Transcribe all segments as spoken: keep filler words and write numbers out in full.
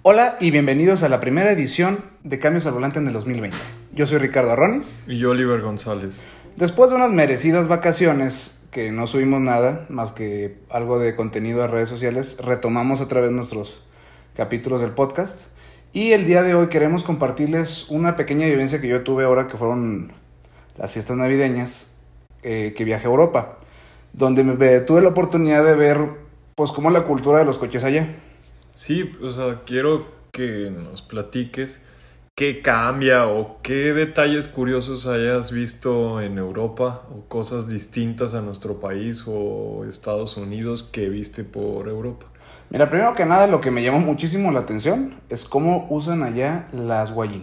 Hola y bienvenidos a la primera edición de Cambios al Volante en el dos mil veinte. Yo soy Ricardo Arronis. Y yo, Oliver González. Después de unas merecidas vacaciones, que no subimos nada, más que algo de contenido a redes sociales, retomamos otra vez nuestros capítulos del podcast. Y el día de hoy queremos compartirles una pequeña vivencia que yo tuve ahora que fueron las fiestas navideñas, eh, que viajé a Europa, donde me, tuve la oportunidad de ver pues cómo es la cultura de los coches allá. Sí, o sea, quiero que nos platiques qué cambia o qué detalles curiosos hayas visto en Europa o cosas distintas a nuestro país o Estados Unidos que viste por Europa. Mira, primero que nada, lo que me llamó muchísimo la atención es cómo usan allá las Guayín.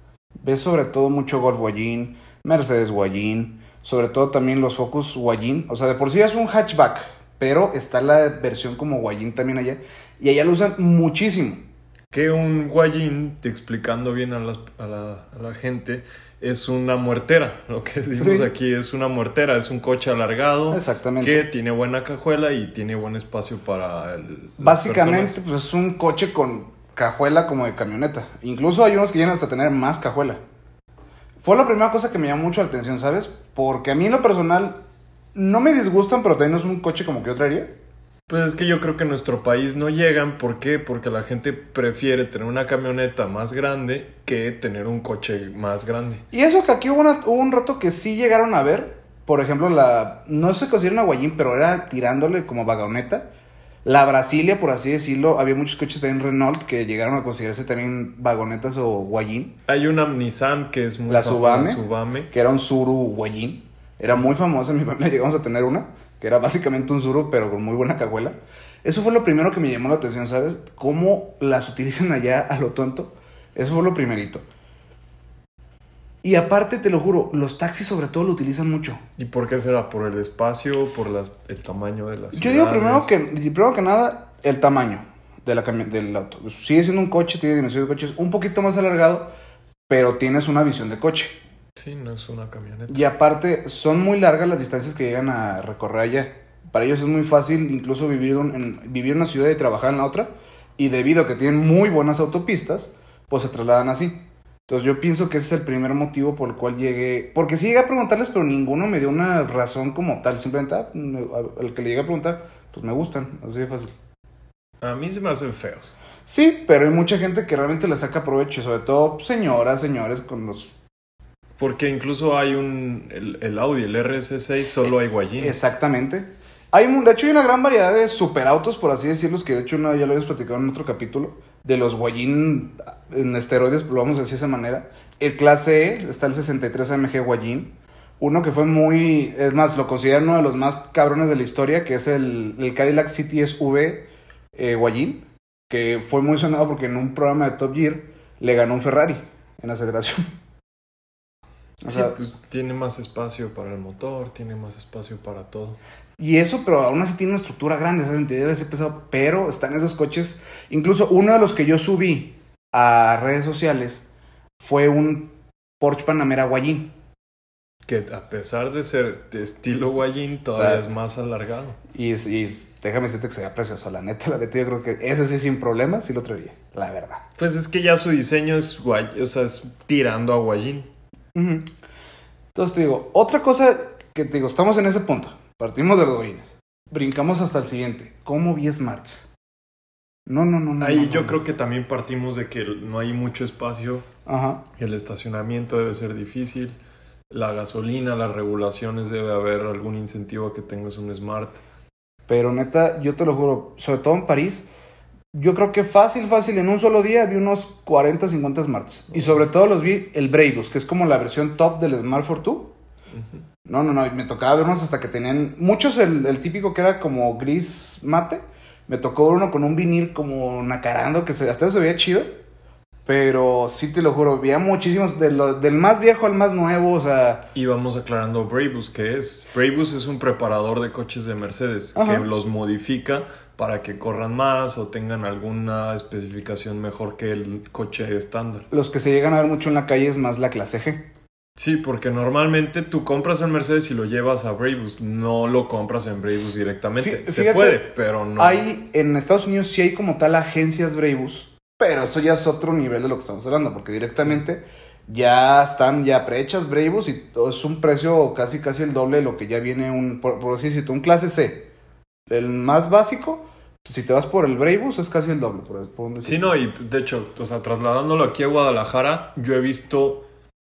Ves sobre todo mucho Golf Guayín, Mercedes Guayín, sobre todo también los Focus Guayín. O sea, de por sí es un hatchback, pero está la versión como Guayín también allá. Y allá lo usan muchísimo. Que un Guayín, explicando bien a, las, a, la, a la gente, es una muertera. Lo que decimos sí. Aquí es una muertera, es un coche alargado. Exactamente. Que tiene buena cajuela y tiene buen espacio para el, Básicamente, pues es un coche con cajuela como de camioneta. Incluso hay unos que llegan hasta tener más cajuela. Fue la primera cosa que me llamó mucho la atención, ¿sabes? Porque a mí en lo personal no me disgustan, pero también no es un coche como que yo traería. Pues es que yo creo que en nuestro país no llegan. ¿Por qué? Porque la gente prefiere tener una camioneta más grande que tener un coche más grande. Y eso que aquí hubo, una, hubo un rato que sí llegaron a ver. Por ejemplo, la no se considera una Guayín, pero era tirándole como vagoneta. La Brasilia, por así decirlo, había muchos coches también Renault que llegaron a considerarse también vagonetas o Guayín. Hay una Nissan que es muy la famosa, Subame, Subame, que era un Tsuru Guayín. Era muy famosa, en mi familia llegamos a tener una, que era básicamente un Tsuru, pero con muy buena cajuela. Eso fue lo primero que me llamó la atención, ¿sabes? Cómo las utilizan allá a lo tonto. Eso fue lo primerito. Y aparte, te lo juro, los taxis sobre todo lo utilizan mucho. ¿Y por qué será? ¿Por el espacio? ¿Por las, el tamaño de las ciudades? Yo digo primero que, primero que nada, el tamaño de la cami- del auto. Sigue siendo un coche, tiene dimensión de coche, un poquito más alargado, pero tienes una visión de coche. Sí, no es una camioneta. Y aparte, son muy largas las distancias que llegan a recorrer allá. Para ellos es muy fácil incluso vivir, un, en, vivir en una ciudad y trabajar en la otra. Y debido a que tienen muy buenas autopistas, pues se trasladan así. Entonces yo pienso que ese es el primer motivo por el cual llegué. Porque sí llegué a preguntarles, pero ninguno me dio una razón como tal. Simplemente, ah, me, al que le llegué a preguntar, pues me gustan. Así de fácil. A mí se me hacen feos. Sí, pero hay mucha gente que realmente le saca provecho. Sobre todo señoras, señores con los... Porque incluso hay un... El, el Audi, el R S seis, solo hay Guayín. Exactamente. Hay, de hecho hay una gran variedad de superautos, por así decirlo, que de hecho no, ya lo habíamos platicado en otro capítulo, de los Guayín en esteroides, lo vamos a decir de esa manera. El clase E, está el sesenta y tres A M G Guayín, uno que fue muy, es más, lo consideran uno de los más cabrones de la historia, que es el, el Cadillac C T S V eh, Guayín, que fue muy sonado porque en un programa de Top Gear le ganó un Ferrari en aceleración. O sea, sí, pues tiene más espacio para el motor, tiene más espacio para todo. Y eso, pero aún así tiene una estructura grande, ¿sabes? Debe ser pesado, pero están esos coches. Incluso uno de los que yo subí a redes sociales fue un Porsche Panamera Guayín. Que a pesar de ser de estilo Guayín, todavía claro. Es más alargado. Y, y déjame decirte que sería precioso, la neta, la neta, yo creo que ese sí sin problema sí lo traería, la verdad. Pues es que ya su diseño es guay, o sea, es tirando a Guayín. Uh-huh. Entonces te digo, otra cosa que te digo, estamos en ese punto. Partimos de los Guayines. Brincamos hasta el siguiente. ¿Cómo vi Smarts? No, no, no, no. Ahí no, yo no. creo que también partimos de que no hay mucho espacio. Ajá. El estacionamiento debe ser difícil. La gasolina, las regulaciones, debe haber algún incentivo a que tengas un Smart. Pero neta, yo te lo juro, sobre todo en París, yo creo que fácil, fácil, en un solo día vi unos cuarenta, cincuenta Smarts. Uh-huh. Y sobre todo los vi el Brabus, que es como la versión top del Smart Fortwo. Uh-huh. No, no, no, me tocaba vernos hasta que tenían... Muchos, el, el típico que era como gris mate. Me tocó ver uno con un vinil como nacarando, que se, hasta eso se veía chido. Pero sí te lo juro, veía muchísimos, de lo, del más viejo al más nuevo, o sea... Y vamos aclarando Brabus, ¿qué es? Brabus es un preparador de coches de Mercedes. Ajá. Que los modifica para que corran más o tengan alguna especificación mejor que el coche estándar. Los que se llegan a ver mucho en la calle es más la clase G. Sí, porque normalmente tú compras el Mercedes y lo llevas a Brabus, no lo compras en Brabus directamente. Fí- Se puede, pero no. Hay, en Estados Unidos sí hay como tal agencias Brabus Pero eso ya es otro nivel de lo que estamos hablando, porque directamente ya están ya prehechas Bravos y todo es un precio casi casi el doble de lo que ya viene un, por, por así decirlo, un clase C. El más básico, si te vas por el Bravos es casi el doble, por, por un decir. Sí, no, y de hecho, o sea, trasladándolo aquí a Guadalajara, yo he visto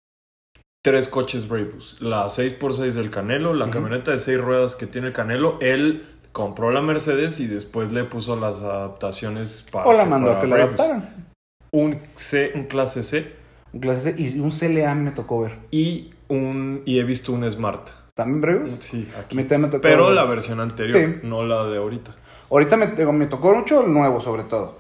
tres coches Bravos. La seis por seis del Canelo, la uh-huh. camioneta de seis ruedas que tiene el Canelo, él compró la Mercedes y después le puso las adaptaciones para o la mandó a que la adaptaran. Un C, un clase C. Un clase C y un C L A me tocó ver. Y un y he visto un Smart. ¿También Bravos? Sí, aquí. Me, me tocó Pero ver. la versión anterior, sí. no la de ahorita. Ahorita me, me tocó mucho el nuevo, sobre todo.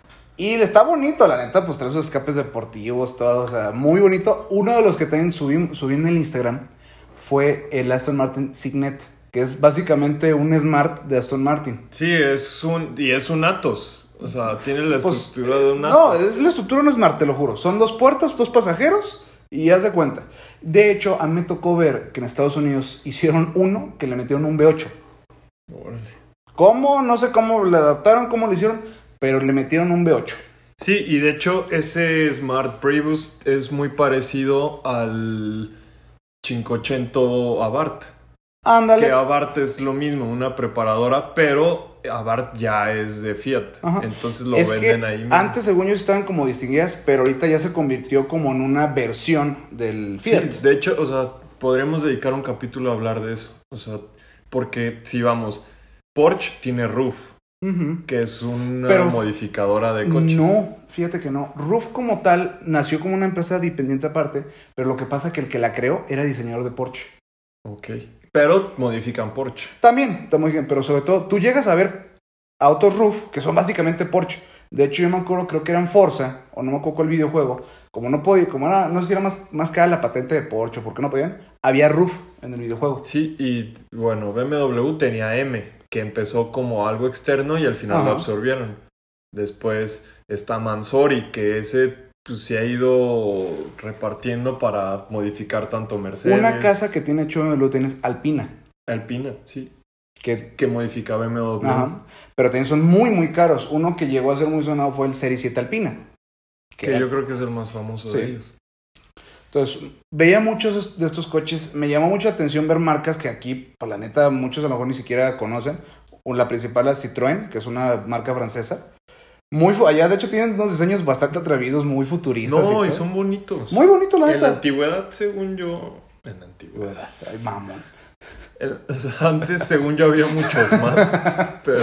Y está bonito, la neta, pues trae sus escapes deportivos, todo, o sea, muy bonito. Uno de los que también subí, subí en el Instagram fue el Aston Martin Signet, que es básicamente un Smart de Aston Martin. Sí, es un y es un Atos, o sea, tiene la pues, estructura de un Atos. No, es la estructura de un Smart, te lo juro. Son dos puertas, dos pasajeros y haz de cuenta. De hecho, a mí me tocó ver que en Estados Unidos hicieron uno que le metieron un V ocho. Órale. ¿Cómo? No sé cómo le adaptaron, cómo lo hicieron, pero le metieron un V ocho. Sí, y de hecho ese Smart Bravos es muy parecido al quinientos ochenta Abarth. Ándale. Que Abarth es lo mismo, una preparadora, pero Abarth ya es de Fiat. Ajá. Entonces lo es venden que ahí mismo. Antes, según yo, estaban como distinguidas, pero ahorita ya se convirtió como en una versión del Fiat. Sí, de hecho, o sea, podríamos dedicar un capítulo a hablar de eso. O sea, porque si vamos, Porsche tiene Roof. Uh-huh. Que es una pero modificadora de coches. No, fíjate que no. Roof como tal nació como una empresa dependiente aparte, pero lo que pasa es que el que la creó era diseñador de Porsche. Ok. Pero modifican Porsche. También, te modifican, pero sobre todo, tú llegas a ver autos Roof, que son básicamente Porsche. De hecho, yo me acuerdo, creo que eran Forza, o no me acuerdo cuál videojuego. Como no podía, como era, no sé si era más, más cara la patente de Porsche, ¿por qué no podían? Había Roof en el videojuego. Sí, y bueno, B M W tenía M, que empezó como algo externo y al final Ajá. lo absorbieron. Después está Mansory, que ese pues se ha ido repartiendo para modificar tanto Mercedes. Una casa que tiene hecho B M W tienes Alpina. Alpina, sí. Que, que modifica B M W. Ajá. Pero también son muy, muy caros. Uno que llegó a ser muy sonado fue el Serie siete Alpina. Que, que yo creo que es el más famoso sí. de ellos. Entonces, veía muchos de estos coches. Me llamó mucho la atención ver marcas que aquí, por la neta, muchos a lo mejor ni siquiera conocen. La principal es Citroën, que es una marca francesa. Muy, allá, de hecho, tienen unos diseños bastante atrevidos, muy futuristas. No, y, y son bonitos. Muy bonitos, la en neta. En la antigüedad, según yo... En la antigüedad. Ay, mamón. El, o sea, antes, según yo, había muchos más. Pero...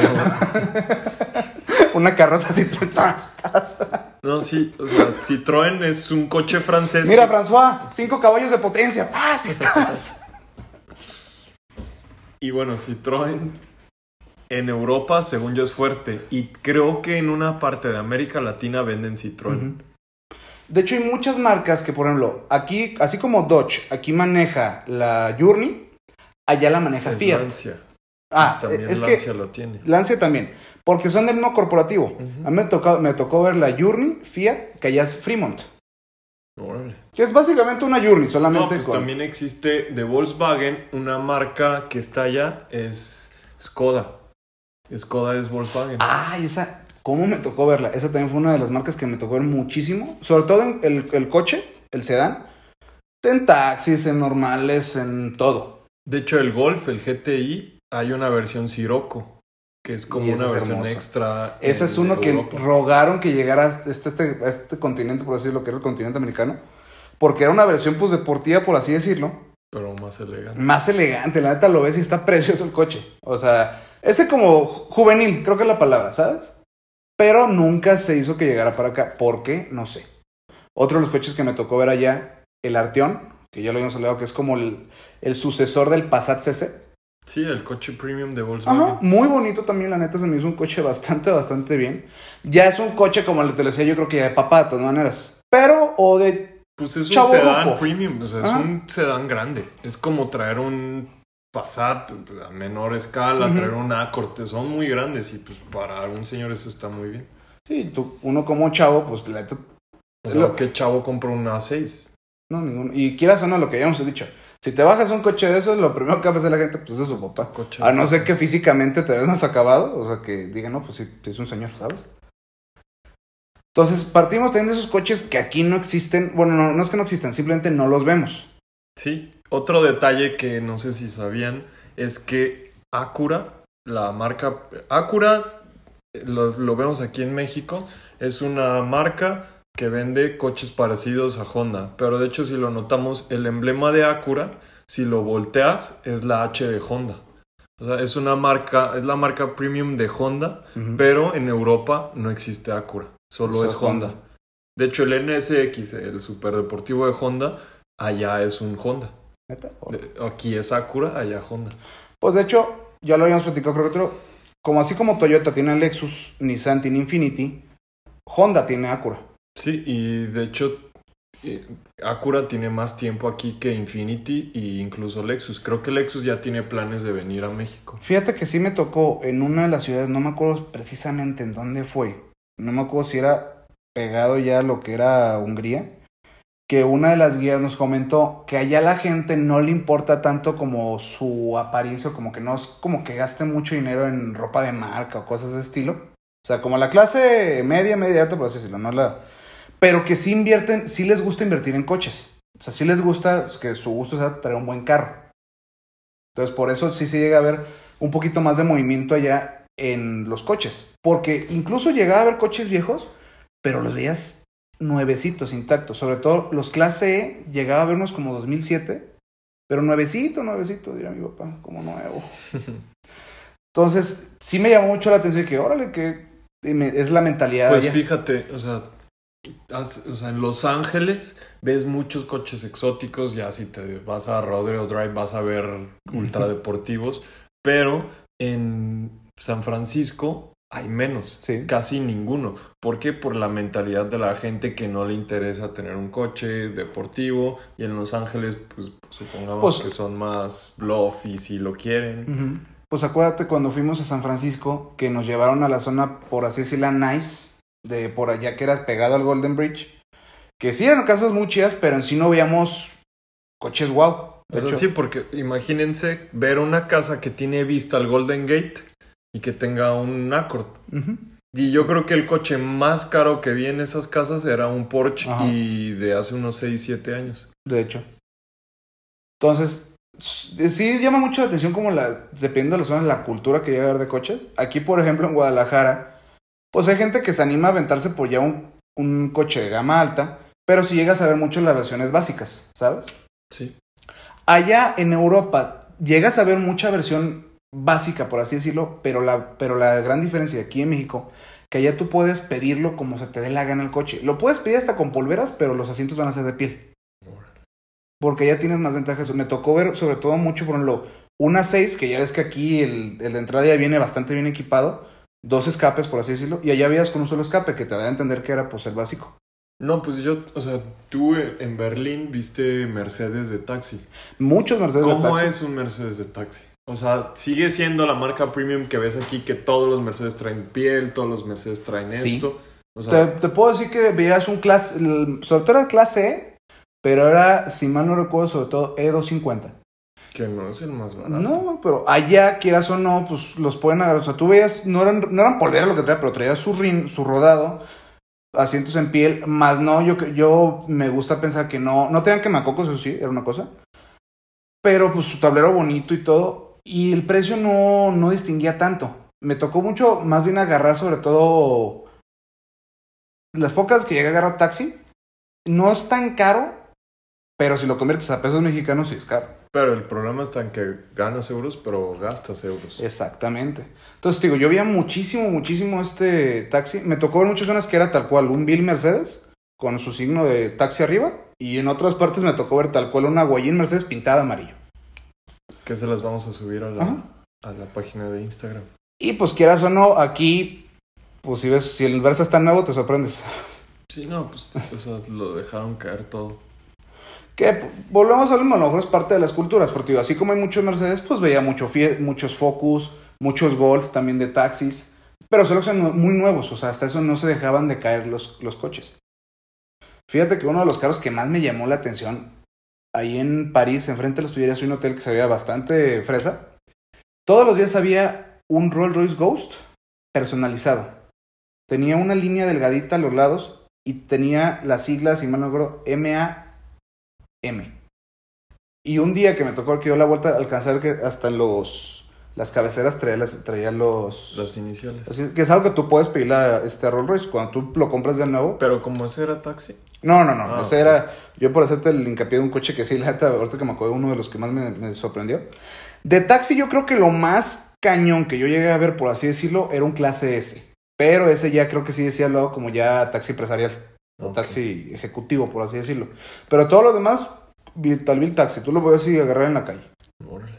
Una carroza Citroën. No, sí, o sea, Citroën es un coche francés. Mira, que... François, cinco caballos de potencia. ¡Paz! ¡Paz! Y bueno, Citroën en Europa, según yo, es fuerte. Y creo que en una parte de América Latina venden Citroën. Uh-huh. De hecho, hay muchas marcas que, por ejemplo, aquí, así como Dodge, aquí maneja la Journey, allá la maneja es Fiat. Lancia. Ah, también es Lancia que lo tiene. Lancia también, porque son del mismo corporativo. Uh-huh. A mí me tocó, me tocó ver la Journey Fiat, que allá es Fremont. Órale. Que es básicamente una Journey, solamente no, pues con... también existe de Volkswagen, una marca que está allá, es Skoda. Skoda es Volkswagen. Ah, esa, ¿cómo me tocó verla? Esa también fue una de las marcas que me tocó ver muchísimo. Sobre todo en el, el coche, el sedán. En taxis, en normales, en todo. De hecho, el Golf, el G T I, hay una versión Sirocco, que es como una es versión hermosa. extra. Ese es uno que Europa. rogaron que llegara a este, este, a este continente, por decirlo, que era el continente americano. Porque era una versión pues deportiva, por así decirlo. Pero más elegante. Más elegante, la neta lo ves y está precioso el coche. O sea... Ese como juvenil, creo que es la palabra, ¿sabes? Pero nunca se hizo que llegara para acá. ¿Por qué? No sé. Otro de los coches que me tocó ver allá, el Arteon, que ya lo habíamos hablado, que es como el, el sucesor del Passat C C. Sí, el coche premium de Volkswagen. Ajá, muy bonito también, la neta, se me hizo un coche bastante, bastante bien. Ya es un coche, como te lo decía, yo creo que ya de papá, de todas maneras. Pero, o de Pues es un chavo sedán grupo. premium, o sea, Ajá. es un sedán grande. Es como traer un Passat a menor escala, uh-huh. traer un Accord, son muy grandes y pues para algún señor eso está muy bien. Sí, tú, uno como chavo, pues la neta... O sea, lo... ¿qué chavo compra un A seis? No, ninguno. Y quieras o no, lo que ya hemos dicho. Si te bajas un coche de esos, lo primero que va a hacer la gente, pues es de su papá. A no ser que físicamente te ves más acabado, o sea, que digan, no, pues sí, es un señor, ¿sabes? Entonces, partimos también de esos coches que aquí no existen. Bueno, no, no es que no existen, simplemente no los vemos. Sí, otro detalle que no sé si sabían es que Acura, la marca Acura, lo, lo vemos aquí en México, es una marca que vende coches parecidos a Honda, pero de hecho si lo notamos, el emblema de Acura, si lo volteas, es la H de Honda. O sea, es una marca, es la marca premium de Honda, uh-huh. Pero en Europa no existe Acura, solo es Honda. Honda. De hecho, el N S X, el superdeportivo de Honda, allá es un Honda. De, aquí es Acura, allá Honda. Pues de hecho, ya lo habíamos platicado, creo que otro, como así como Toyota tiene Lexus, Nissan tiene Infiniti, Honda tiene Acura. Sí, y de hecho Acura tiene más tiempo aquí que Infiniti e incluso Lexus. Creo que Lexus ya tiene planes de venir a México. Fíjate que sí me tocó en una de las ciudades, no me acuerdo precisamente en dónde fue. No me acuerdo si era pegado ya a lo que era Hungría. Que una de las guías nos comentó que allá la gente no le importa tanto como su apariencia, como que no es como que gaste mucho dinero en ropa de marca o cosas de ese estilo. O sea, como la clase media, media alta, por así decirlo, no la... Pero que sí invierten, sí les gusta invertir en coches. O sea, sí les gusta que su gusto sea traer un buen carro. Entonces, por eso sí se llega a ver un poquito más de movimiento allá en los coches. Porque incluso llegaba a ver coches viejos, pero los veías nuevecitos, intactos. Sobre todo los clase E, llegaba a vernos como dos mil siete, pero nuevecito, nuevecito, dirá mi papá, como nuevo. Entonces, sí me llamó mucho la atención que, órale, que es la mentalidad. Pues allá. Fíjate, o sea... O sea, en Los Ángeles ves muchos coches exóticos, ya si te vas a Rodeo Drive vas a ver ultradeportivos, pero en San Francisco hay menos, sí. Casi ninguno. ¿Por qué? Por la mentalidad de la gente que no le interesa tener un coche deportivo, y en Los Ángeles, pues supongamos pues, que son más bluff y si lo quieren. Uh-huh. Pues acuérdate cuando fuimos a San Francisco que nos llevaron a la zona, por así decirlo, nice, de por allá que era pegado al Golden Bridge, que sí eran casas muy chidas, pero en sí no veíamos coches wow. O sea, sí, porque imagínense ver una casa que tiene vista al Golden Gate y que tenga un Accord. Uh-huh. Y yo creo que el coche más caro que vi en esas casas era un Porsche. Ajá. Y de hace unos seis, siete años. De hecho. Entonces, sí llama mucho la atención como la, dependiendo de las zonas, la cultura que llega a haber de coches. Aquí, por ejemplo, en Guadalajara, pues hay gente que se anima a aventarse por ya un, un coche de gama alta, pero si llegas a ver mucho las versiones básicas, ¿sabes? Sí. Allá en Europa llegas a ver mucha versión básica, por así decirlo, pero la, pero la gran diferencia aquí en México, que allá tú puedes pedirlo como se te dé la gana el coche. Lo puedes pedir hasta con polveras, pero los asientos van a ser de piel. Porque ya tienes más ventajas. Me tocó ver sobre todo mucho, por ejemplo, una seis, que ya ves que aquí el, el de entrada ya viene bastante bien equipado. Dos escapes, por así decirlo, y allá veías con un solo escape, que te da a entender que era, pues, el básico. No, pues yo, o sea, tú en Berlín viste Mercedes de taxi. Muchos Mercedes de taxi. ¿Cómo es un Mercedes de taxi? O sea, sigue siendo la marca premium que ves aquí, que todos los Mercedes traen piel, todos los Mercedes traen sí. esto. O sea, te, te puedo decir que veías un clase, sobre todo era clase E, pero era, si mal no recuerdo, sobre todo E doscientos cincuenta. Que no es el más barato. No, pero allá, quieras o no, pues los pueden agarrar. O sea, tú veías, no eran, no eran polvera lo que traía, pero traía su, rin, su rodado, asientos en piel, más no, yo, yo me gusta pensar que no, no tenían quemacocos, eso sí, era una cosa. Pero pues su tablero bonito y todo, y el precio no, no distinguía tanto. Me tocó mucho, más bien agarrar sobre todo, las pocas que llegué a agarrar taxi, no es tan caro, pero si lo conviertes a pesos mexicanos sí es caro. Pero el problema está en que ganas euros, pero gastas euros. Exactamente. Entonces, digo, yo veía muchísimo, muchísimo este taxi. Me tocó ver muchas zonas que era tal cual un Bill Mercedes con su signo de taxi arriba. Y en otras partes me tocó ver tal cual una Guayín Mercedes pintada amarillo. Que se las vamos a subir a la, a la página de Instagram. Y pues quieras o no, aquí, pues si ves, si el Versa está nuevo, te sorprendes. Sí, no, pues o sea, lo dejaron caer todo. Que volvemos a lo mismo, a lo mejor es parte de las culturas, porque digo, así como hay muchos Mercedes, pues veía mucho Fiat, muchos Focus, muchos Golf también de taxis, pero solo son muy nuevos, o sea, hasta eso no se dejaban de caer los, los coches. Fíjate que uno de los carros que más me llamó la atención, ahí en París, enfrente de las Tullerías, hay un hotel que se veía bastante fresa. Todos los días había un Rolls Royce Ghost personalizado. tenía una línea delgadita a los lados y tenía las siglas, si mal no recuerdo, M A M. Y un día que me tocó que dio la vuelta, alcanzar que hasta en los las cabeceras traía, las, traía los... Las iniciales. Así, que es algo que tú puedes pedir a, este, a Rolls Royce cuando tú lo compras de nuevo. Pero como ese era taxi. No, no, no. Ah, ese okay. era... Yo por hacerte el hincapié de un coche que sí, la neta, ahorita que me acuerdo, uno de los que más me, me sorprendió. De taxi yo creo que lo más cañón que yo llegué a ver, por así decirlo, era un clase S. Pero ese ya creo que sí decía luego como ya taxi empresarial. O okay. Taxi ejecutivo, por así decirlo. Pero todo lo demás, tal Bill Taxi. Tú lo puedes así agarrar en la calle. Órale.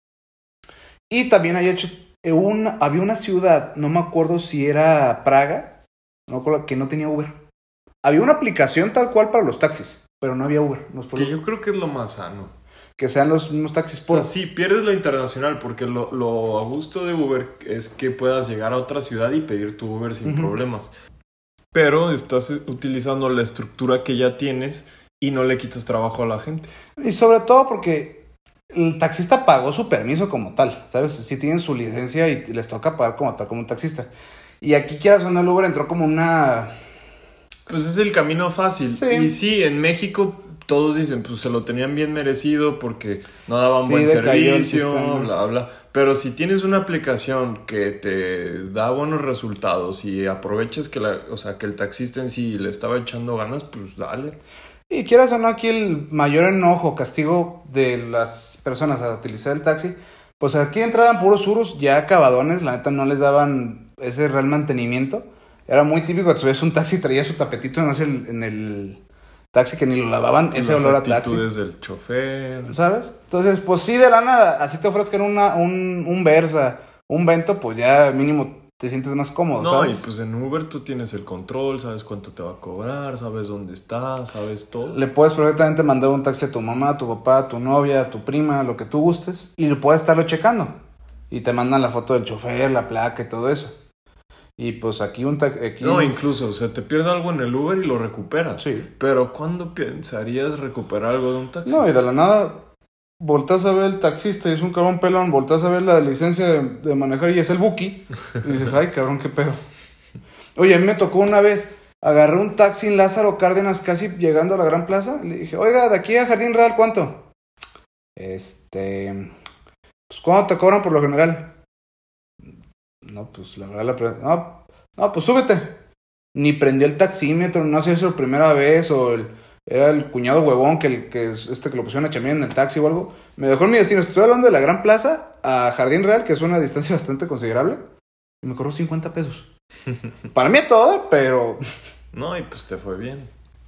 Y también hay hecho... Un, había una ciudad, no me acuerdo si era Praga, no me acuerdo, que no tenía Uber. Había una aplicación tal cual para los taxis, pero no había Uber. No que yo creo que es lo más sano. Que sean los mismos taxis. Por... O sea, sí, pierdes lo internacional, porque lo, lo a gusto de Uber es que puedas llegar a otra ciudad y pedir tu Uber sin uh-huh. problemas. Pero estás utilizando la estructura que ya tienes y no le quitas trabajo a la gente. Y sobre todo porque el taxista pagó su permiso como tal, ¿sabes? Si tienen su licencia y les toca pagar como tal, como un taxista. Y aquí, quieras o no, el Uber entró como una... Pues es el camino fácil. Sí. Y sí, en México todos dicen, pues se lo tenían bien merecido porque no daban sí, buen servicio, bla, bla. Pero si tienes una aplicación que te da buenos resultados y aprovechas que, la, o sea, que el taxista en sí le estaba echando ganas, pues dale. Y quieras o no, aquí el mayor enojo, castigo de las personas a utilizar el taxi, pues aquí entraban puros surus ya acabadones, la neta no les daban ese real mantenimiento. Era muy típico que subías un taxi y traía su tapetito no sé, en el taxi que ni lo lavaban, ese las olor a taxi. Las actitudes del chofer. ¿Sabes? Entonces, pues sí, de la nada, así te ofrezcan una, un, un Versa, un Vento, pues ya mínimo te sientes más cómodo, no, ¿sabes? Y pues en Uber tú tienes el control, sabes cuánto te va a cobrar, sabes dónde está, sabes todo. Le puedes perfectamente mandar un taxi a tu mamá, a tu papá, a tu novia, a tu prima, lo que tú gustes, y puedes estarlo checando. Y te mandan la foto del chofer, la placa y todo eso. Y pues aquí un taxi... Aquí... No, incluso, o sea, te pierde algo en el Uber y lo recuperas. Sí. Pero ¿cuándo pensarías recuperar algo de un taxi? No, y de la nada volteas a ver el taxista y es un cabrón pelón, volteas a ver la licencia de, de manejar y es el Buki. Y dices, ay, cabrón, qué pedo. Oye, a mí me tocó una vez, agarré un taxi en Lázaro Cárdenas casi llegando a la Gran Plaza. Le dije, oiga, de aquí a Jardín Real, ¿cuánto? Este... Pues, ¿cuánto te cobran por lo general? No, pues, la verdad, la... No, no, pues, súbete. Ni prendió el taxímetro, no sé si es la primera vez o el... Era el cuñado huevón que, el, que este que lo pusieron a chambear en el taxi o algo. Me dejó en mi destino. Estoy hablando de la Gran Plaza a Jardín Real, que es una distancia bastante considerable. Y me cobró cincuenta pesos. Para mí es todo, pero... No, y pues te fue bien.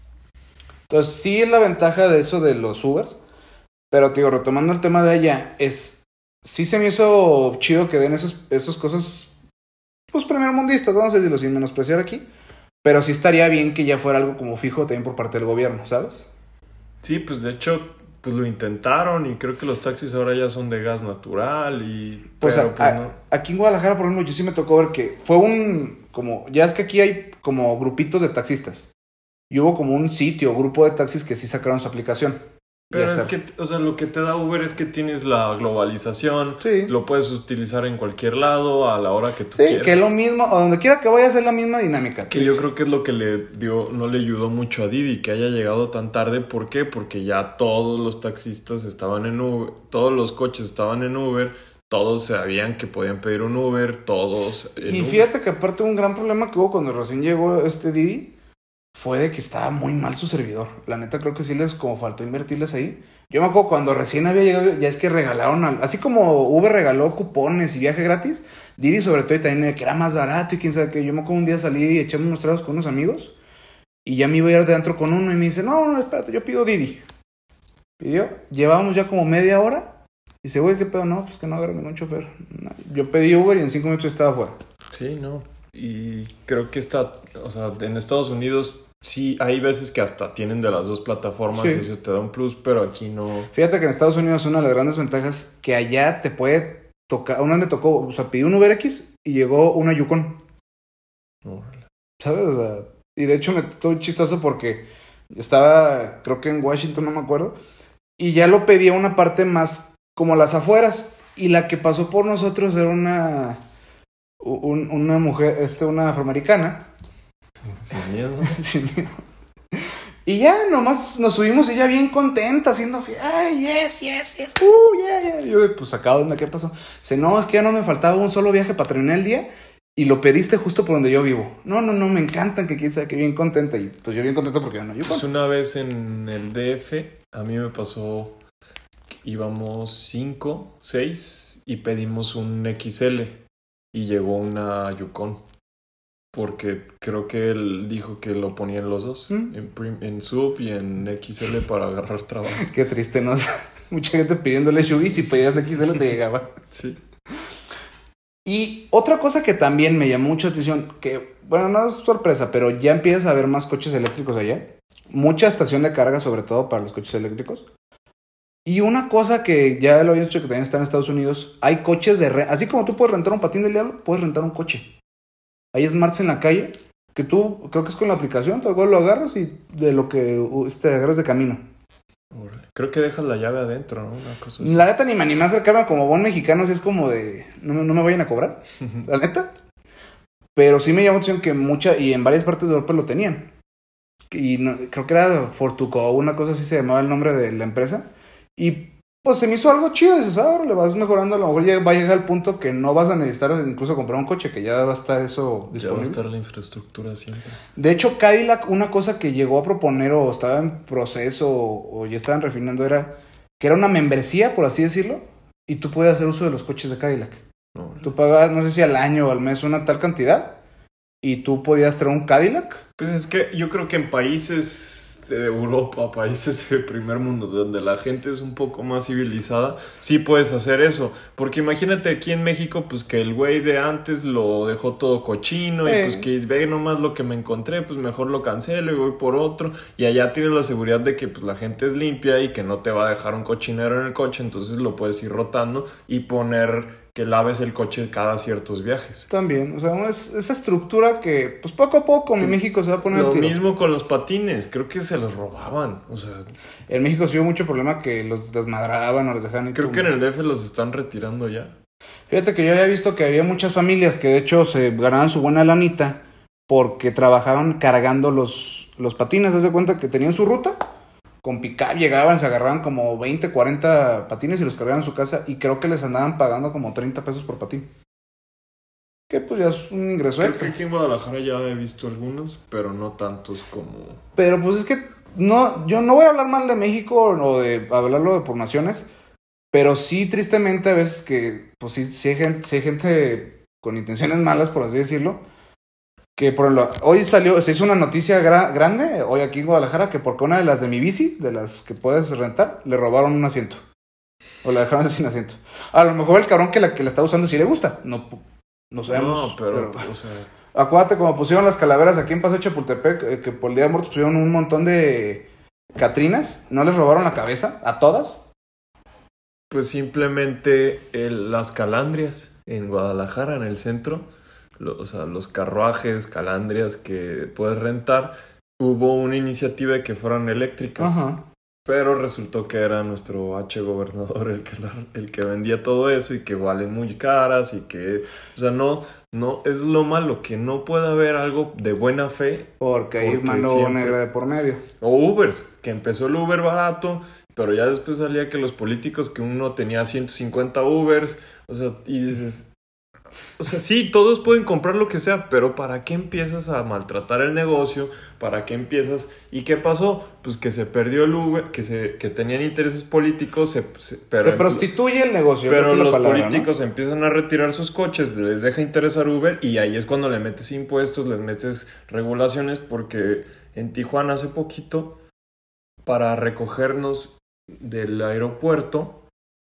Entonces sí es la ventaja de eso de los Ubers. Pero te digo, retomando el tema de allá, es... Sí se me hizo chido que den esos, esos cosas... Pues primermundistas, no sé si lo sin menospreciar aquí. Pero sí estaría bien que ya fuera algo como fijo también por parte del gobierno, ¿sabes? Sí, pues de hecho, pues lo intentaron y creo que los taxis ahora ya son de gas natural y... Pues, pero, a, pues a, no. Aquí en Guadalajara, por ejemplo, yo sí me tocó ver que fue un... como ya es que aquí hay como grupitos de taxistas. Y hubo como un sitio, grupo de taxis que sí sacaron su aplicación. Pero es que, o sea, lo que te da Uber es que tienes la globalización, sí. Lo puedes utilizar en cualquier lado, a la hora que tú sí, quieras. Sí, que es lo mismo, a donde quiera que vayas es la misma dinámica. Que yo creo que es lo que le dio, no le ayudó mucho a Didi, que haya llegado tan tarde. ¿Por qué? Porque ya todos los taxistas estaban en Uber, todos los coches estaban en Uber, todos sabían que podían pedir un Uber, todos en Y Uber. fíjate que aparte un gran problema que hubo cuando recién llegó este Didi, fue de que estaba muy mal su servidor. La neta creo que sí les como faltó invertirles ahí. Yo me acuerdo cuando recién había llegado, ya es que regalaron, al, así como Uber regaló cupones y viaje gratis, Didi sobre todo y también que era más barato y quién sabe qué. Yo me acuerdo un día salí y echamos unos tragos con unos amigos y ya me iba a ir de adentro con uno y me dice, no, no, espérate, yo pido Didi. Pidió, llevábamos ya como media hora y dice, güey, qué pedo, no, pues que no agarro ningún chofer. No, yo pedí Uber y en cinco minutos estaba afuera. Sí, no, y creo que está, o sea, en Estados Unidos... Sí, hay veces que hasta tienen de las dos plataformas sí. Y eso te da un plus, pero aquí no... Fíjate que en Estados Unidos una de las grandes ventajas que allá te puede tocar... Una vez me tocó, o sea, pedí un UberX y llegó una Yukon. Oh. ¿Sabes? O sea, y de hecho me estuvo chistoso porque estaba, creo que en Washington, no me acuerdo, y ya lo pedí a una parte más como las afueras, y la que pasó por nosotros era una... Un, una mujer, este, una afroamericana. Sin miedo. Sin miedo. Y ya, nomás nos subimos ella bien contenta, haciendo fiesta. Ay, yes, yes, yes. Uh, yeah, yeah. Y yo, de, pues, acá, ¿dónde? ¿Qué pasó? Dice, no, es que ya no me faltaba un solo viaje para terminar el día y lo pediste justo por donde yo vivo. No, no, no, me encantan que quién sabe que bien contenta. Y pues yo bien contento porque yo no, yo Pues una vez en el D F, a mí me pasó, íbamos cinco, seis y pedimos un X L y llegó una Yukon. Porque creo que él dijo que lo ponían los dos, ¿Mm? en, prim- en sub y en X L para agarrar trabajo. Qué triste, ¿no? Mucha gente pidiéndole S U V y si pedías X L te llegaba. Sí. Y otra cosa que también me llamó mucha atención, que, bueno, no es sorpresa, pero ya empiezas a ver más coches eléctricos allá. Mucha estación de carga, sobre todo para los coches eléctricos. Y una cosa que ya lo había dicho que también está en Estados Unidos, hay coches de renta. Así como tú puedes rentar un patín del diablo, puedes rentar un coche. Hay smarts en la calle que tú, creo que es con la aplicación, tal cual lo agarras y de lo que uh, te agarras de camino. Órale. Creo que dejas la llave adentro, ¿no? Una cosa así. La neta ni me animé a acercarme como buen mexicano, si es como de, no, me- no me vayan a cobrar, la neta. Pero sí me llamó la atención que mucha, y en varias partes de Europa lo tenían. Y no- creo que era Fortuco, una cosa así se llamaba el nombre de la empresa. Y pues se me hizo algo chido, dices, ah, ahora le vas mejorando, a lo mejor ya va a llegar al punto que no vas a necesitar incluso comprar un coche, que ya va a estar eso Ya va a disponible. estar la infraestructura siempre. De hecho, Cadillac, una cosa que llegó a proponer o estaba en proceso o, o ya estaban refinando era que era una membresía, por así decirlo, y tú podías hacer uso de los coches de Cadillac. Órale. Tú pagabas, no sé si al año o al mes una tal cantidad, y tú podías traer un Cadillac. Pues es que yo creo que en países de Europa, países de primer mundo, donde la gente es un poco más civilizada, sí puedes hacer eso. Porque imagínate aquí en México, pues que el güey de antes lo dejó todo cochino y Eh. pues que ve nomás lo que me encontré, pues mejor lo cancelo y voy por otro. Y allá tienes la seguridad de que pues la gente es limpia y que no te va a dejar un cochinero en el coche, entonces lo puedes ir rotando y poner que laves el coche cada ciertos viajes. También, o sea, es, esa estructura que, pues poco a poco en México se va a poner Lo al tiro. mismo con los patines, creo que se los robaban, o sea, En México sí hubo mucho problema que los desmadraban o los dejaban. y creo tú- que en el D F los están retirando ya. Fíjate que yo había visto que había muchas familias que de hecho se ganaban su buena lanita porque trabajaban cargando los, los patines. Haz de cuenta que tenían su ruta, con pick-up llegaban, se agarraban como veinte, cuarenta patines y los cargaban a su casa y creo que les andaban pagando como treinta pesos por patín. Que pues ya es un ingreso Creo que extra. aquí en Guadalajara ya he visto algunos, pero no tantos como... Pero pues es que no, yo no voy a hablar mal de México o de hablarlo de por naciones, pero sí tristemente a veces que, pues sí, sí hay gente, sí hay gente con intenciones malas, por así decirlo, que por ejemplo, hoy salió, se hizo una noticia gra- grande, hoy aquí en Guadalajara, que porque una de las de mi bici, de las que puedes rentar, le robaron un asiento. O la dejaron sin asiento. A lo mejor el cabrón que la, que la está usando sí le gusta, no, no sabemos. No, pero, o sea, Acuérdate como pusieron las calaveras aquí en Paso de Chapultepec, eh, que por el Día de Muertos pusieron un montón de catrinas, ¿no les robaron la cabeza a todas? pues simplemente el- las calandrias en Guadalajara, en el centro, lo- o sea, los carruajes, calandrias que puedes rentar, hubo una iniciativa de que fueran eléctricas. Ajá. Pero resultó que era nuestro H gobernador el que, la- el que vendía todo eso y que valen muy caras y que, o sea, no, no, es lo malo, que no puede haber algo de buena fe. Porque hay Porque mano siempre- negra de por medio. O Ubers, que empezó el Uber barato, pero ya después salía que los políticos, que uno tenía ciento cincuenta Ubers, o sea, y dices... O sea, sí, todos pueden comprar lo que sea, pero ¿para qué empiezas a maltratar el negocio? ¿Para qué empiezas? ¿Y qué pasó? Pues que se perdió el Uber, que se que tenían intereses políticos, se, se- pero, Se prostituye el negocio. pero creo que es la los palabra, políticos empiezan a retirar sus coches, les deja interesar Uber y ahí es cuando le metes impuestos, les metes regulaciones, porque en Tijuana hace poquito, para recogernos del aeropuerto,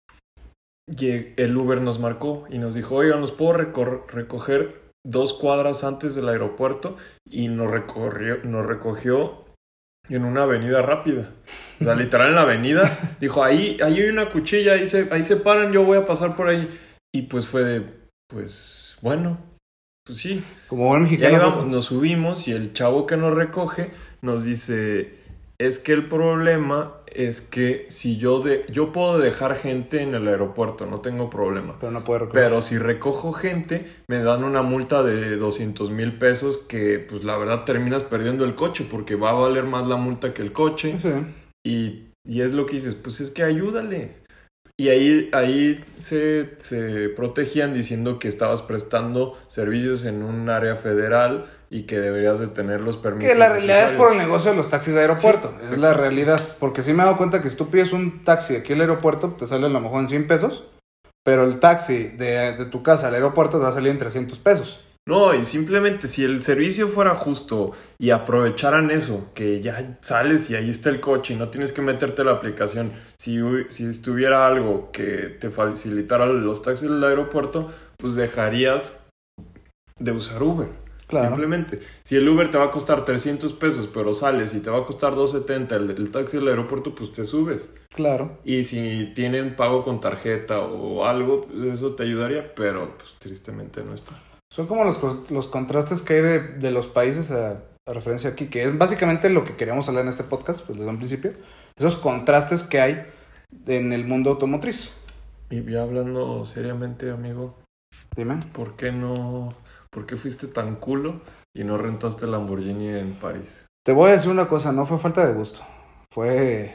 lleg- el Uber nos marcó y nos dijo, oigan, los puedo recor- recoger dos cuadras antes del aeropuerto, y nos recorrió, nos recogió en una avenida rápida. O sea, literal en la avenida. Dijo, ahí, ahí hay una cuchilla, ahí se, ahí se paran, yo voy a pasar por ahí. Y pues fue de, pues, bueno, pues sí. ¿no? Como buen Y ahí mexicano. vamos, nos subimos y el chavo que nos recoge nos dice, Es que el problema es que si yo de yo puedo dejar gente en el aeropuerto, no tengo problema. Pero no puedo recoger. Pero si recojo gente, me dan una multa de doscientos mil pesos que, pues, la verdad terminas perdiendo el coche porque va a valer más la multa que el coche. Sí. Y, y es lo que dices, pues es que ayúdale. Y ahí, ahí se, se protegían diciendo que estabas prestando servicios en un área federal y que deberías de tener los permisos Que la realidad necesarios. es por el negocio de los taxis de aeropuerto. Sí, es la exacto. realidad. Porque sí me he dado cuenta que si tú pides un taxi aquí al aeropuerto, te sale a lo mejor en cien pesos. Pero el taxi de, de tu casa al aeropuerto te va a salir en trescientos pesos. No, y simplemente si el servicio fuera justo y aprovecharan eso, que ya sales y ahí está el coche y no tienes que meterte a la aplicación, si, hu- si estuviera algo que te facilitara los taxis del aeropuerto, pues dejarías de usar Uber. Claro. Simplemente, si el Uber te va a costar trescientos pesos, pero sales y te va a costar doscientos setenta el, el taxi del aeropuerto, pues te subes. Claro. Y si tienen pago con tarjeta o algo, pues eso te ayudaría, pero pues tristemente no está. Son como los, cos- los contrastes que hay de, de los países a, a referencia aquí, que es básicamente lo que queríamos hablar en este podcast, pues desde un principio. Esos contrastes que hay en el mundo automotriz. Y ya hablando seriamente, amigo, Dime. ¿por qué no, por qué fuiste tan culo y no rentaste el Lamborghini en París? Te voy a decir una cosa, no fue falta de gusto. Fue...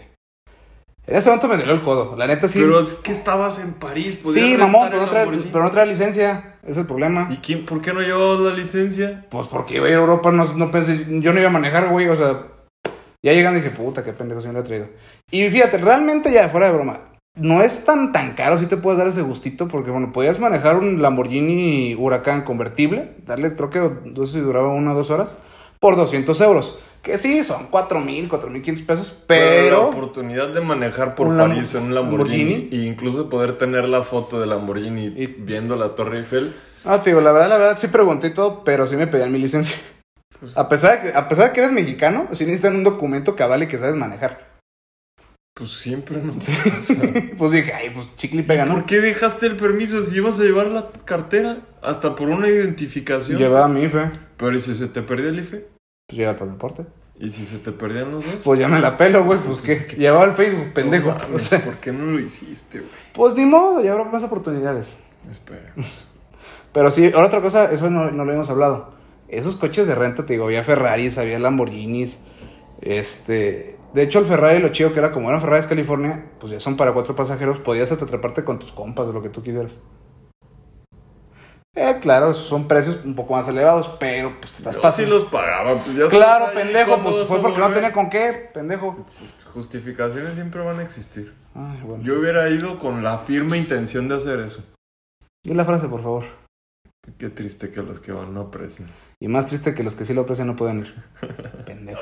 En ese momento me dolió el codo, la neta sí. Pero es que estabas en París, podías Sí, rentar mamón, el pero no, trae, Lamborghini. pero no trae licencia, es el problema. ¿Y quién, por qué no llevabas la licencia? Pues porque iba a ir a Europa, no, no pensé, yo no iba a manejar, güey, o sea... Ya llegando dije, puta, qué pendejo se me lo he traído. Y fíjate, realmente ya, fuera de broma, no es tan tan caro si te puedes dar ese gustito, porque bueno, podías manejar un Lamborghini Huracán convertible, darle troque, no sé si duraba una o dos horas, por doscientos euros. Que sí, son cuatro mil, cuatro mil quinientos pesos, pero... la oportunidad de manejar por un Lam- París en un Lamborghini, Lamborghini. e incluso poder tener la foto de Lamborghini Y- viendo la Torre Eiffel. No, te digo, la verdad, la verdad, sí pregunté y todo, pero sí me pedían mi licencia. A pesar de que, a pesar de que eres mexicano, sí necesitan un documento que avale que sabes manejar. Pues siempre, ¿no? O sea, Pues dije, ay, pues chicle y pega, ¿no? ¿por qué dejaste el permiso si ibas a llevar la cartera? Hasta por una identificación. Llevaba mi I F E, Pero ¿y si se te perdía el I F E? pues lleva el pasaporte. ¿Y si se te perdían los dos? Pues ya me la pelo, güey, pues que llevaba el Facebook, pendejo. No mames, O sea, ¿por qué no lo hiciste, güey? pues ni modo, ya habrá más oportunidades. Espera. Pero sí, ahora otra cosa, eso no, no lo hemos hablado. Esos coches de renta, te digo, había Ferraris, había Lamborghinis. Este. De hecho, el Ferrari, lo chido que era, como eran Ferraris California, pues ya son para cuatro pasajeros, podías hasta atraparte con tus compas, de lo que tú quisieras. Eh, claro, son precios un poco más elevados, pero pues te estás Yo sí pasando. los pagaba, pues ya Claro, estás ahí, pendejo, ¿cuándo pues vas fue a porque no volver? tenía con qué, pendejo. Justificaciones siempre van a existir. Ay, bueno. Yo hubiera ido con la firme intención de hacer eso. Di la frase, por favor. Qué triste que los que van no aprecian. Y más triste que los que sí lo aprecian no pueden ir. Pendejo.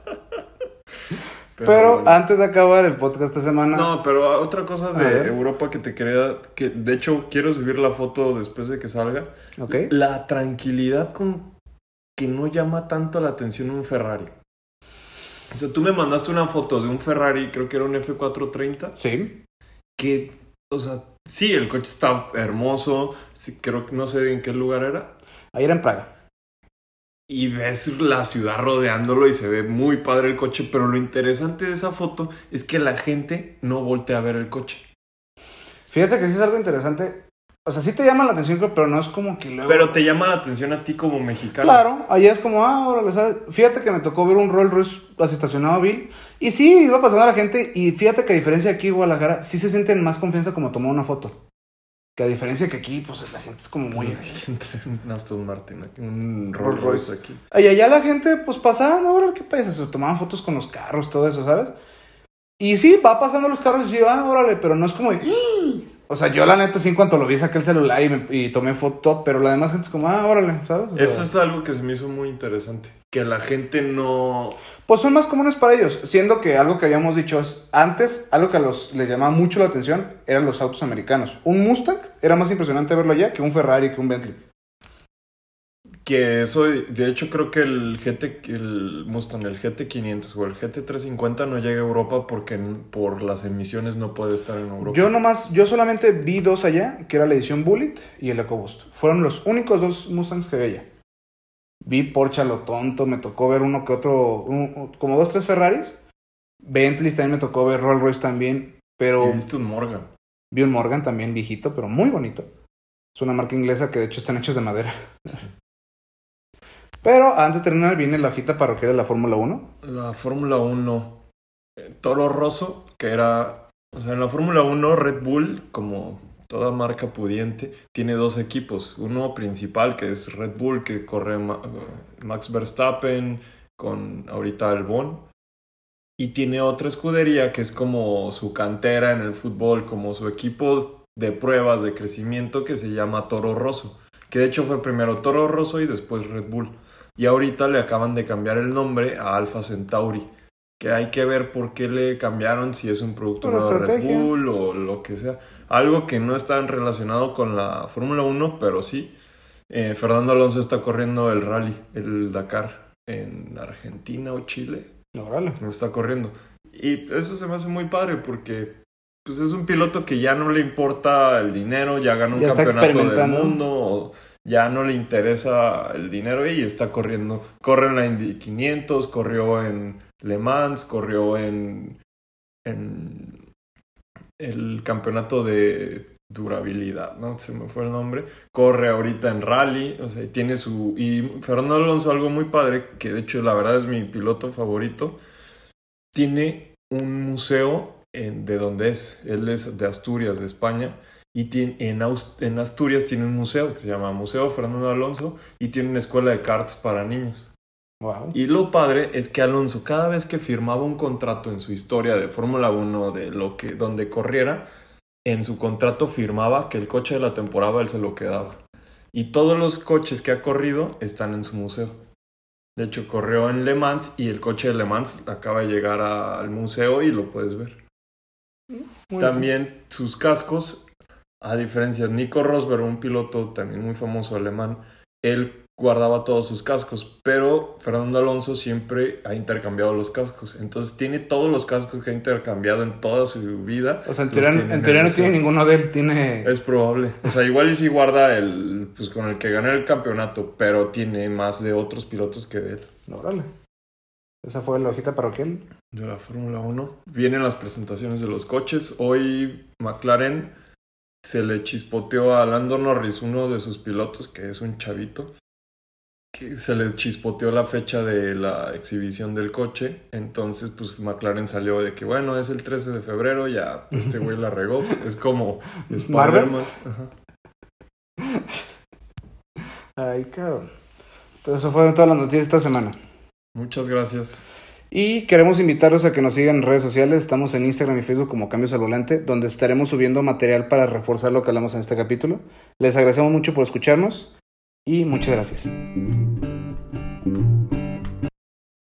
Pero bueno. antes de acabar el podcast esta semana. No, pero otra cosa A de ver. Europa que te quería... que de hecho quiero subir la foto después de que salga. Ok. La tranquilidad con que no llama tanto la atención un Ferrari. O sea, tú me mandaste una foto de un Ferrari, creo que era un F cuatrocientos treinta, Sí. que, o sea, sí, el coche está hermoso, sí, creo que no sé en qué lugar era, Ahí era en Praga. y ves la ciudad rodeándolo y se ve muy padre el coche, pero lo interesante de esa foto es que la gente no voltea a ver el coche. Fíjate que sí es algo interesante. O sea, sí te llama la atención, pero no es como que luego. Pero te llama la atención a ti como mexicano. Claro, allá es como, ah, órale, ¿sabes? Fíjate que me tocó ver un Rolls Royce así estacionado, Bill. Y sí, iba pasando la gente. Y fíjate que a diferencia de aquí en Guadalajara, sí se sienten más confianza como tomar una foto. Que a diferencia que aquí, pues la gente es como muy. Pues es que entre un Aston Martin, aquí, un Rolls Rolls Royce aquí. Y allá la gente, pues pasando, ahora, ¿qué pasa? Se tomaban fotos con los carros, todo eso, ¿sabes? Y sí, va pasando los carros y yo, ah, órale, pero no es como de... "Mm". O sea, yo la neta, sí, en cuanto lo vi, saqué el celular y, me, y tomé foto, pero la demás gente es como, ah, órale, ¿sabes? O sea, Eso es algo que se me hizo muy interesante. Que la gente no... pues son más comunes para ellos, siendo que algo que habíamos dicho es, antes, algo que a los les llamaba mucho la atención eran los autos americanos. Un Mustang era más impresionante verlo allá que un Ferrari, que un Bentley. Que eso, de hecho, creo que el G T, el Mustang, el G T quinientos o el G T trescientos cincuenta no llega a Europa porque por las emisiones no puede estar en Europa. Yo nomás, yo solamente vi dos allá, que era la edición Bullet y el EcoBoost. Fueron los únicos dos Mustangs que vi allá. Vi Porsche a lo tonto, me tocó ver uno que otro, un- como dos, tres Ferraris. Bentley también me tocó ver, Rolls Royce también, pero... Y viste un Morgan. Vi un Morgan también viejito, pero muy bonito. Es una marca inglesa que de hecho están hechos de madera. Sí. Pero antes de terminar viene la hojita parroquial de la Fórmula uno. La Fórmula uno, eh, Toro Rosso, que era... O sea, en la Fórmula uno Red Bull, como toda marca pudiente, tiene dos equipos. Uno principal, que es Red Bull, que corre Ma- Max Verstappen con ahorita Albon. Y tiene otra escudería que es como su cantera en el fútbol, como su equipo de pruebas de crecimiento, que se llama Toro Rosso. Que de hecho fue primero Toro Rosso y después Red Bull. Y ahorita le acaban de cambiar el nombre a Alpha Centauri. Que hay que ver por qué le cambiaron, si es un producto Por nuevo de Red estrategia. Bull o lo que sea. Algo que no está relacionado con la Fórmula uno, pero sí. Eh, Fernando Alonso está corriendo el rally, el Dakar, en Argentina o Chile. Órale. Lo está corriendo. Y eso se me hace muy padre porque pues, es un piloto que ya no le importa el dinero, ya ganó un Ya está campeonato del experimentando. mundo, o ya no le interesa el dinero y está corriendo. Corre en la Indy quinientos, corrió en Le Mans, corrió en, en el campeonato de durabilidad, ¿no? Se me fue el nombre. Corre ahorita en rally, o sea, y tiene su... Y Fernando Alonso, algo muy padre, que de hecho la verdad es mi piloto favorito, tiene un museo en, de donde es. Él es de Asturias, de España, y tiene, en, Aus- en Asturias tiene un museo que se llama Museo Fernando Alonso y tiene una escuela de karts para niños. Wow. Y lo padre es que Alonso, cada vez que firmaba un contrato en su historia de Fórmula uno, de lo que, donde corriera, en su contrato firmaba que el coche de la temporada él se lo quedaba. Y todos los coches que ha corrido están en su museo. De hecho, corrió en Le Mans y el coche de Le Mans acaba de llegar a- al museo y lo puedes ver. Muy También bien. Sus cascos, a diferencia de Nico Rosberg, un piloto también muy famoso alemán, él guardaba todos sus cascos, pero Fernando Alonso siempre ha intercambiado los cascos. Entonces tiene todos los cascos que ha intercambiado en toda su vida. O sea, en los teoría, tiene en en el teoría no museo. tiene ninguno de él, tiene... Es probable. O sea, igual y si guarda el, pues con el que gané el campeonato, pero tiene más de otros pilotos que de él. Órale. Esa fue la hojita parroquial. De la Fórmula uno. Vienen las presentaciones de los coches. Hoy McLaren se le chispoteó a Lando Norris, uno de sus pilotos, que es un chavito, que se le chispoteó la fecha de la exhibición del coche. Entonces, pues McLaren salió de que, bueno, es el trece de febrero, ya este güey la regó. Es como Spider-Man. Ajá. Ay, cabrón. Entonces, eso fueron todas las noticias esta semana. Muchas gracias. Y queremos invitarlos a que nos sigan en redes sociales. Estamos en Instagram y Facebook como Cambios al Volante, donde estaremos subiendo material para reforzar lo que hablamos en este capítulo. Les agradecemos mucho por escucharnos y muchas gracias.